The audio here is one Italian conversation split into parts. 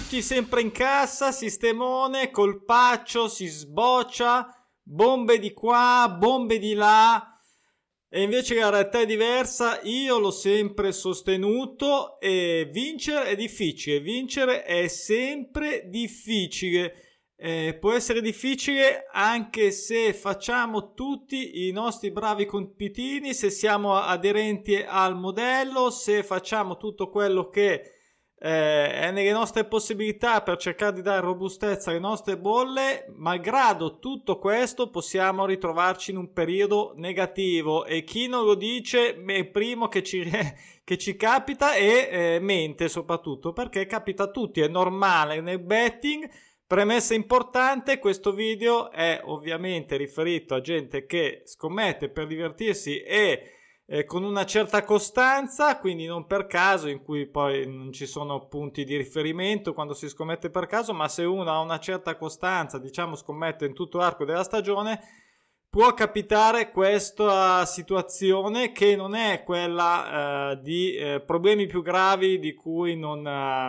tutti sempre in cassa, sistemone, colpaccio, si sboccia, bombe di qua, bombe di là, e invece la realtà è diversa. Io l'ho sempre sostenuto e vincere è difficile, vincere è sempre difficile. Può essere difficile anche se facciamo tutti i nostri bravi compitini, se siamo aderenti al modello, se facciamo tutto quello che è nelle nostre possibilità per cercare di dare robustezza alle nostre bolle. Malgrado tutto questo possiamo ritrovarci in un periodo negativo, e chi non lo dice è il primo che ci capita e mente, soprattutto perché capita a tutti, è normale nel betting. Premessa importante: questo video è ovviamente riferito a gente che scommette per divertirsi e con una certa costanza, quindi non per caso, in cui poi non ci sono punti di riferimento quando si scommette per caso, ma se uno ha una certa costanza, diciamo scommette in tutto l'arco della stagione, può capitare questa situazione che non è quella di problemi più gravi di cui non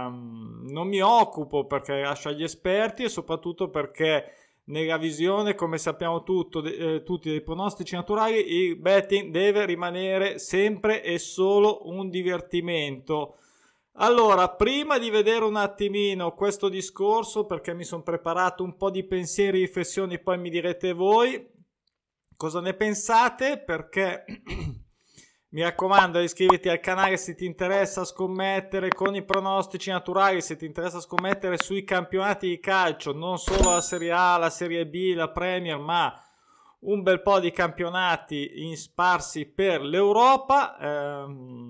mi occupo, perché lascio agli esperti, e soprattutto perché nella visione, come sappiamo tutti, dei pronostici naturali, il betting deve rimanere sempre e solo un divertimento. Allora, prima di vedere un attimino questo discorso, perché mi sono preparato un po' di pensieri e riflessioni, poi mi direte voi cosa ne pensate, perché mi raccomando, iscriviti al canale se ti interessa scommettere con i pronostici naturali, se ti interessa scommettere sui campionati di calcio, non solo la Serie A, la Serie B, la Premier, ma un bel po' di campionati sparsi per l'Europa.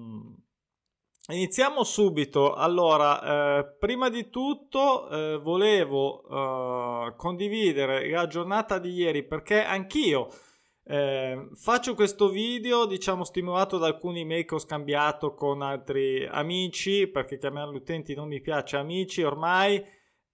Iniziamo subito. Allora, prima di tutto volevo condividere la giornata di ieri, perché anch'io faccio questo video, diciamo, stimolato da alcuni email che ho scambiato con altri amici, perché chiamarli utenti non mi piace, amici ormai.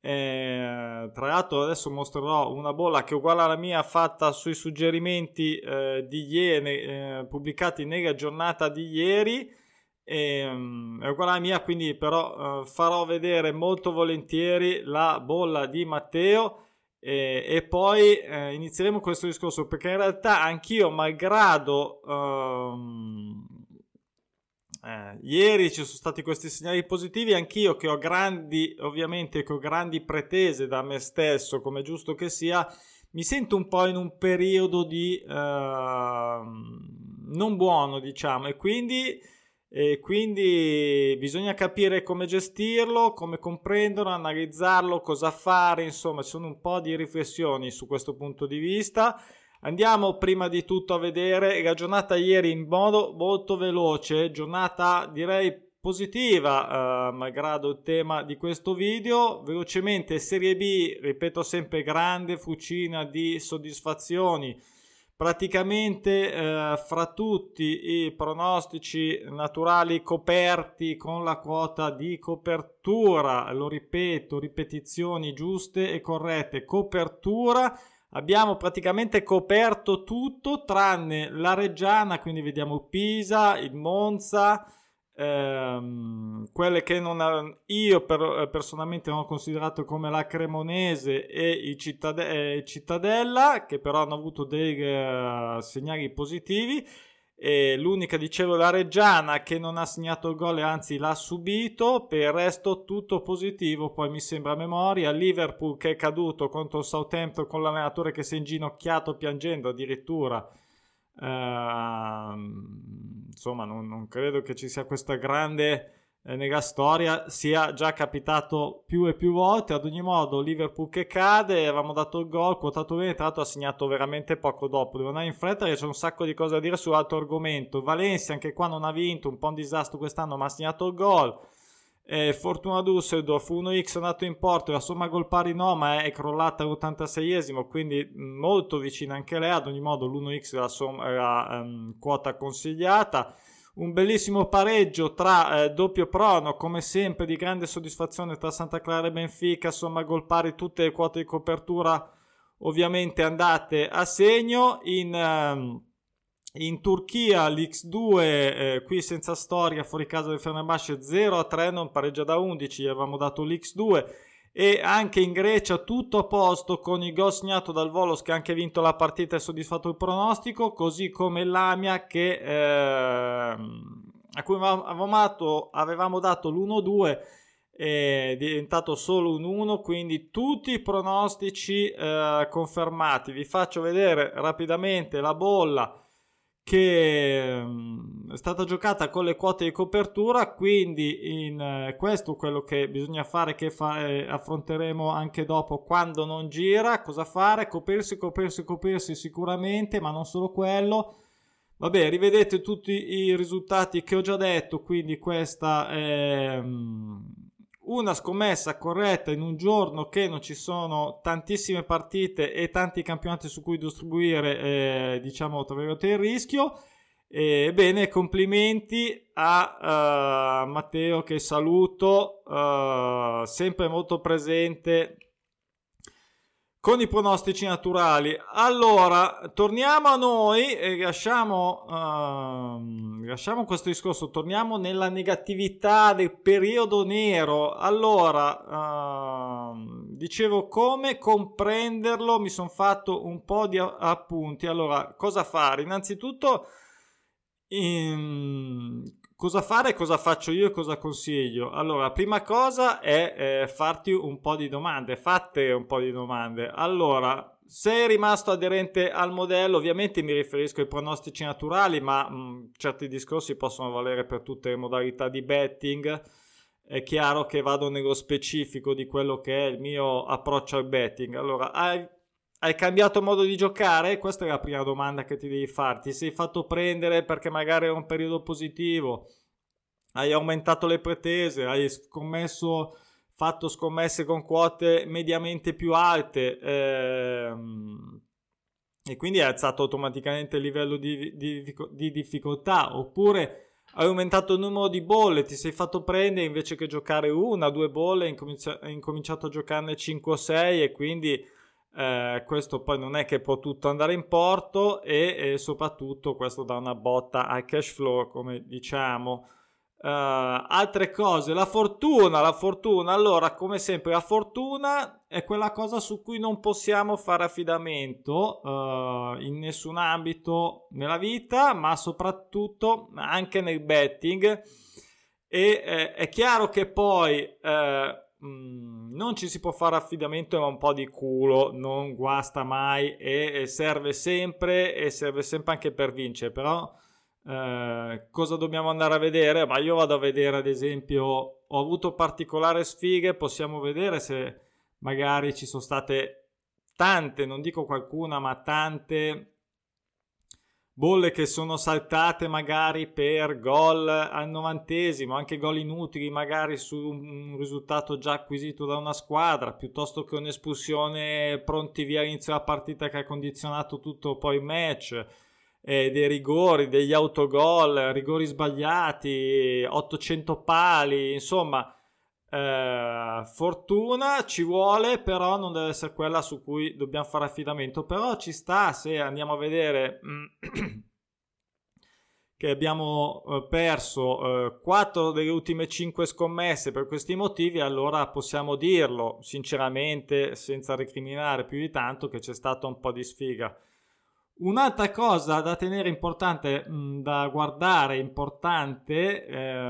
Tra l'altro adesso mostrerò una bolla che è uguale alla mia, fatta sui suggerimenti di ieri, pubblicati nella giornata di ieri. È uguale alla mia, quindi però farò vedere molto volentieri la bolla di Matteo. E poi inizieremo questo discorso, perché in realtà anch'io, malgrado ieri ci sono stati questi segnali positivi, anch'io che ho grandi pretese da me stesso, come giusto che sia, mi sento un po' in un periodo di non buono, diciamo, e quindi bisogna capire come gestirlo, come comprenderlo, analizzarlo, cosa fare. Insomma, ci sono un po' di riflessioni su questo punto di vista. Andiamo prima di tutto a vedere la giornata ieri in modo molto veloce, giornata direi positiva, malgrado il tema di questo video. Velocemente, Serie B, ripeto sempre, grande fucina di soddisfazioni. Praticamente fra tutti i pronostici naturali coperti con la quota di copertura, lo ripeto, ripetizioni giuste e corrette, copertura, abbiamo praticamente coperto tutto tranne la Reggiana, quindi vediamo Pisa, il Monza, quelle che io personalmente non ho considerato, come la Cremonese e il Cittadella, che però hanno avuto dei segnali positivi, e l'unica, dicevo, la Reggiana, che non ha segnato il gol e anzi l'ha subito. Per il resto tutto positivo. Poi mi sembra a memoria Liverpool che è caduto contro il Southampton con l'allenatore che si è inginocchiato piangendo addirittura. Insomma, non credo che ci sia questa grande nella storia, sia già capitato più e più volte. Ad ogni modo, Liverpool che cade, avevamo dato il gol, quotato bene, tra l'altro ha segnato veramente poco dopo. Devo andare in fretta perché c'è un sacco di cose da dire sull'altro argomento. Valencia anche qua non ha vinto, un po' un disastro quest'anno, ma ha segnato il gol. Fortuna Düsseldorf 1x è andato in porto, la somma gol pari no, ma è crollata all'86esimo, quindi molto vicina anche lei. Ad ogni modo l'1x è la quota consigliata. Un bellissimo pareggio tra doppio prono, come sempre di grande soddisfazione, tra Santa Clara e Benfica, somma gol pari, tutte le quote di copertura ovviamente andate a segno. In In Turchia l'X2 qui senza storia, fuori casa del Fenerbahce 0-3, non pareggia da 11, gli avevamo dato l'X2. E anche in Grecia tutto a posto con il gol segnato dal Volos, che ha anche vinto la partita e soddisfatto il pronostico, così come l'Amia a cui avevamo dato l'1-2, è diventato solo un 1, quindi tutti i pronostici confermati. Vi faccio vedere rapidamente la bolla che è stata giocata con le quote di copertura, quindi questo è quello che bisogna fare, che affronteremo anche dopo quando non gira. Cosa fare? Coprirsi sicuramente, ma non solo quello. Vabbè, rivedete tutti i risultati che ho già detto, quindi questa è una scommessa corretta in un giorno che non ci sono tantissime partite e tanti campionati su cui distribuire, diciamo, tra virgolette, il rischio. Bene, complimenti a Matteo, che saluto, sempre molto presente con i pronostici naturali. Allora, torniamo a noi e lasciamo questo discorso, torniamo nella negatività del periodo nero. Allora, dicevo come comprenderlo, mi sono fatto un po' di appunti. Allora, cosa fare? Innanzitutto, cosa fare, cosa faccio io e cosa consiglio? Allora, prima cosa è farti un po' di domande, fatte un po' di domande. Allora, sei rimasto aderente al modello, ovviamente mi riferisco ai pronostici naturali, ma certi discorsi possono valere per tutte le modalità di betting. È chiaro che vado nello specifico di quello che è il mio approccio al betting. Allora, hai cambiato modo di giocare? Questa è la prima domanda che ti devi fare. Ti sei fatto prendere perché magari è un periodo positivo, hai aumentato le pretese, hai fatto scommesse con quote mediamente più alte, e quindi hai alzato automaticamente il livello di difficoltà, oppure hai aumentato il numero di bolle, ti sei fatto prendere, invece che giocare 1-2 bolle hai incominciato a giocarne 5 o 6, e quindi questo poi non è che può tutto andare in porto, e soprattutto questo dà una botta al cash flow, come diciamo. Altre cose, la fortuna. Allora, come sempre, la fortuna è quella cosa su cui non possiamo fare affidamento in nessun ambito nella vita, ma soprattutto anche nel betting. E è chiaro che poi non ci si può fare affidamento, ma un po' di culo non guasta mai, e serve sempre anche per vincere. Però cosa dobbiamo andare a vedere? Ma io vado a vedere, ad esempio, ho avuto particolari sfighe, possiamo vedere se magari ci sono state tante, non dico qualcuna, ma tante bolle che sono saltate magari per gol al 90esimo, anche gol inutili magari su un risultato già acquisito da una squadra, piuttosto che un'espulsione pronti via all'inizio della partita che ha condizionato tutto poi il match, dei rigori, degli autogol, rigori sbagliati, 800 pali, insomma. Fortuna ci vuole, però non deve essere quella su cui dobbiamo fare affidamento. Però ci sta, se andiamo a vedere che abbiamo perso 4 delle ultime 5 scommesse per questi motivi, allora possiamo dirlo sinceramente, senza recriminare più di tanto, che c'è stata un po' di sfiga. Un'altra cosa da tenere importante, da guardare, importante,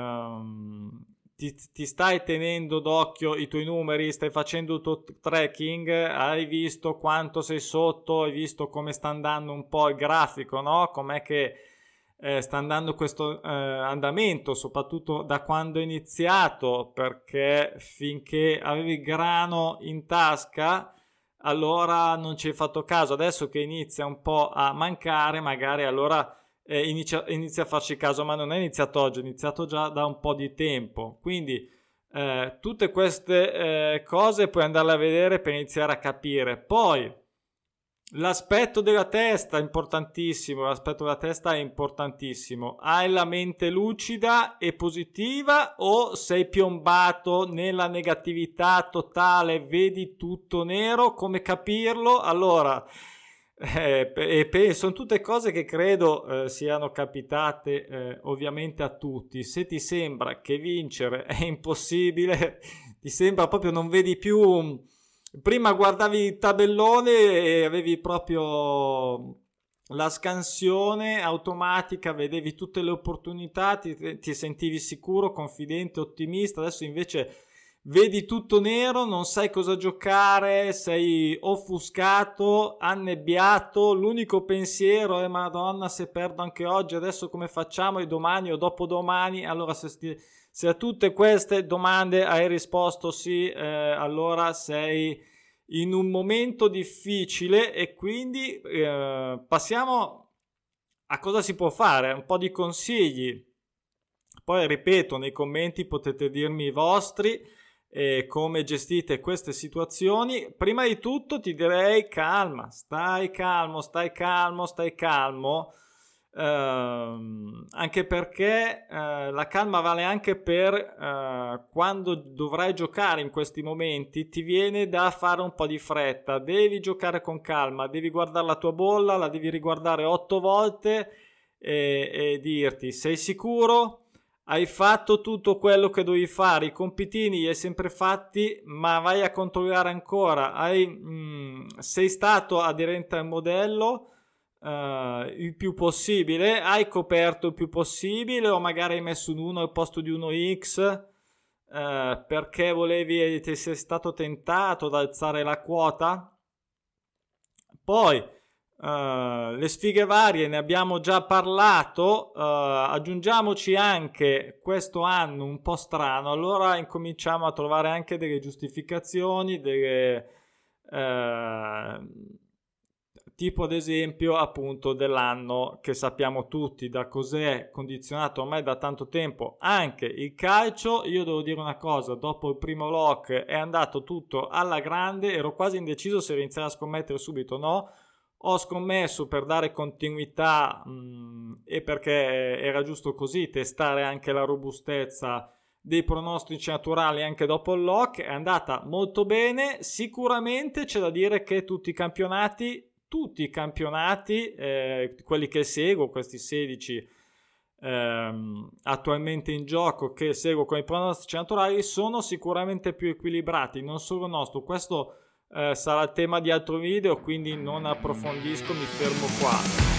ti stai tenendo d'occhio i tuoi numeri, stai facendo il tuo tracking, hai visto quanto sei sotto, hai visto come sta andando un po' il grafico, no? Com'è che sta andando questo andamento, soprattutto da quando è iniziato, perché finché avevi il grano in tasca allora non ci hai fatto caso. Adesso che inizia un po' a mancare, magari allora inizia a farci caso, ma non è iniziato oggi, è iniziato già da un po' di tempo. Quindi tutte queste cose puoi andarle a vedere per iniziare a capire. Poi l'aspetto della testa è importantissimo, hai la mente lucida e positiva, o sei piombato nella negatività totale, vedi tutto nero? Come capirlo? Allora, Sono tutte cose che credo siano capitate ovviamente a tutti. Se ti sembra che vincere è impossibile, ti sembra proprio, non vedi più. Prima guardavi il tabellone e avevi proprio la scansione automatica, vedevi tutte le opportunità, ti sentivi sicuro, confidente, ottimista. Adesso invece vedi tutto nero, non sai cosa giocare, sei offuscato, annebbiato, l'unico pensiero è: Madonna, se perdo anche oggi, adesso come facciamo, e domani o dopodomani? Allora se a tutte queste domande hai risposto sì, allora sei in un momento difficile, e quindi passiamo a cosa si può fare, un po' di consigli. Poi ripeto, nei commenti potete dirmi i vostri e come gestite queste situazioni. Prima di tutto ti direi calma, stai calmo, anche perché la calma vale anche per quando dovrai giocare. In questi momenti ti viene da fare un po' di fretta, devi giocare con calma, devi guardare la tua bolla, la devi riguardare 8 volte e dirti: sei sicuro? Hai fatto tutto quello che dovevi fare, i compitini li hai sempre fatti, ma vai a controllare ancora. Sei stato aderente al modello il più possibile, hai coperto il più possibile, o magari hai messo un 1 al posto di 1x perché ti sei stato tentato ad alzare la quota. Poi le sfighe varie ne abbiamo già parlato, aggiungiamoci anche questo anno un po' strano, allora incominciamo a trovare anche delle giustificazioni, tipo ad esempio appunto dell'anno, che sappiamo tutti da cos'è condizionato ormai da tanto tempo anche il calcio. Io devo dire una cosa: dopo il primo lock è andato tutto alla grande, ero quasi indeciso se iniziare a scommettere subito o no. Ho scommesso per dare continuità e perché era giusto così, testare anche la robustezza dei pronostici naturali anche dopo il lock. È andata molto bene. Sicuramente c'è da dire che tutti i campionati, quelli che seguo, questi 16 attualmente in gioco che seguo con i pronostici naturali, sono sicuramente più equilibrati. Non solo il nostro, questo sarà il tema di altro video, quindi non approfondisco, mi fermo qua.